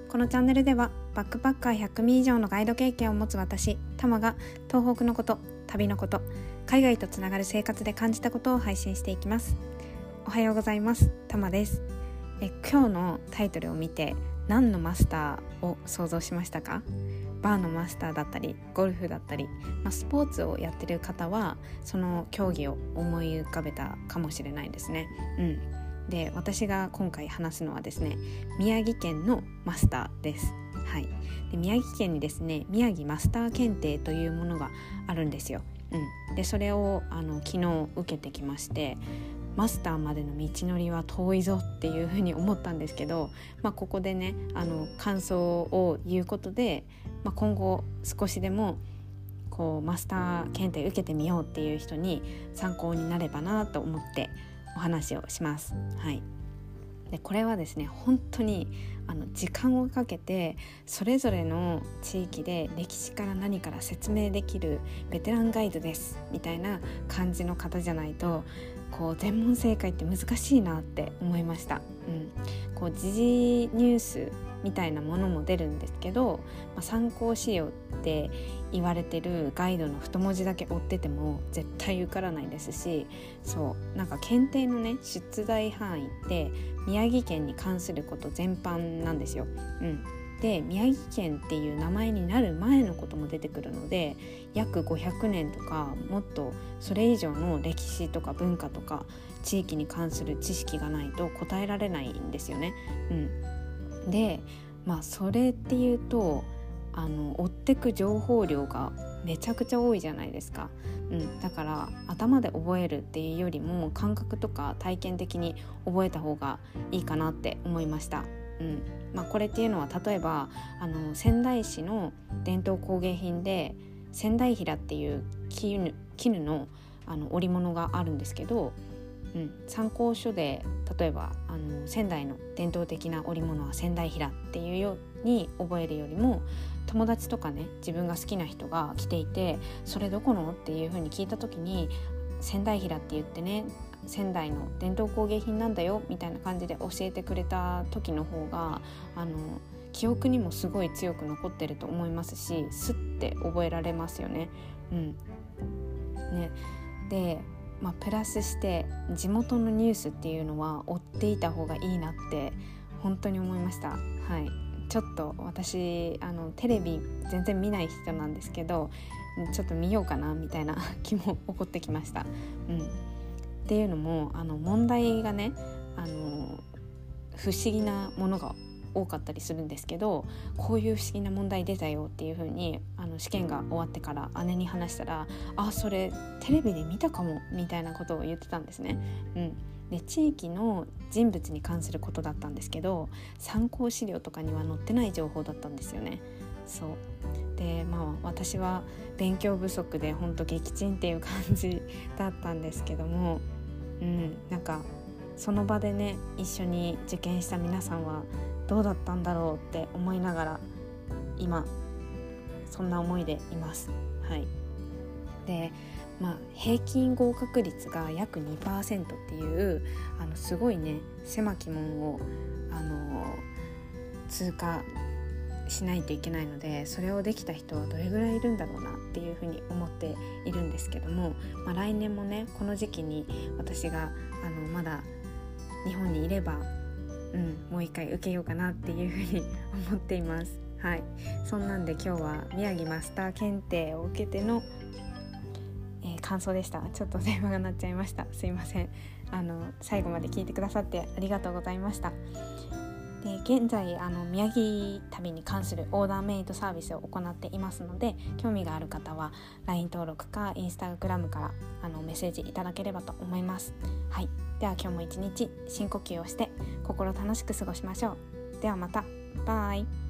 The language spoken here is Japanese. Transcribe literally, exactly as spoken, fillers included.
このチャンネルではバックパッカーひゃくみん以上のガイド経験を持つ私タマが東北のこと、旅のこと、海外とつながる生活で感じたことを配信していきます。おはようございます。タマです。え今日のタイトルを見て何のマスターを想像しましたか？バーのマスターだったりゴルフだったり、まあ、スポーツをやってる方はその競技を思い浮かべたかもしれないですね。うんで私が今回話すのはですね、宮城県のマスターです。はい、で宮城県にですね、宮城マスター検定というものがあるんですよ。うん、でそれをあの昨日受けてきまして、マスターまでの道のりは遠いぞっていうふうに思ったんですけど、まあ、ここでねあの感想を言うことで、まあ、今後少しでもこうマスター検定受けてみようっていう人に参考になればなと思ってお話をします。はい、でこれはですね本当にあの時間をかけてそれぞれの地域で歴史から何から説明できるベテランガイドですみたいな感じの方じゃないとこう全問正解って難しいなって思いました。うん、こう時事ニュースみたいなものも出るんですけど、まあ、参考資料って言われてるガイドの太文字だけ追ってても絶対受からないですし、そうなんか検定のね出題範囲って宮城県に関すること全般なんですよ。うん、で宮城県っていう名前になる前のことも出てくるので、約ごひゃくねんとかもっとそれ以上の歴史とか文化とか地域に関する知識がないと答えられないんですよね。うん、でまあそれっていうとあの追ってく情報量がめちゃくちゃ多いじゃないですか。うん、だから頭で覚えるっていうよりも感覚とか体験的に覚えた方がいいかなって思いました。うんまあ、これっていうのは例えばあの仙台市の伝統工芸品で仙台平っていう絹、絹の、あの織物があるんですけど、うん、参考書で例えばあの仙台の伝統的な織物は仙台平っていうように覚えるよりも、友達とかね自分が好きな人が来ていてそれどこのっていう風に聞いた時に仙台平って言ってね仙台の伝統工芸品なんだよみたいな感じで教えてくれた時の方があの記憶にもすごい強く残ってると思いますし、スッて覚えられますよね。うんねでまあ、プラスして地元のニュースっていうのは追っていた方がいいなって本当に思いました。はい、ちょっと私あのテレビ全然見ない人なんですけど、ちょっと見ようかなみたいな気も起こってきました。うん、っていうのもあの問題がねあの不思議なものが多かったりするんですけど、こういう不思議な問題出たよっていう風にあの試験が終わってから姉に話したら、あそれテレビで見たかもみたいなことを言ってたんですね。うん、で地域の人物に関することだったんですけど、参考資料とかには載ってない情報だったんですよね。そうでまあ私は勉強不足で本当撃沈っていう感じだったんですけども、うん、なんかその場でね一緒に受験した皆さんはどうだったんだろうって思いながら今そんな思いでいます。はい、で、まあ、平均合格率が約 にパーセント っていうあのすごいね狭き門をあの通過しないといけないので、それをできた人はどれぐらいいるんだろうなっていうふうに思っているんですけども、まあ、来年もねこの時期に私があのまだ日本にいればうん、もう一回受けようかなっていうふうに思っています。はい、そんなんで今日は宮城マスター検定を受けての、えー、感想でした。ちょっと電話が鳴っちゃいました。すいません。あの最後まで聞いてくださってありがとうございました。で現在あの宮城旅に関するオーダーメイドサービスを行っていますので、興味がある方は ライン 登録か インスタグラム からあのメッセージいただければと思います。はい、では今日も一日深呼吸をして心楽しく過ごしましょう。ではまた。バイ。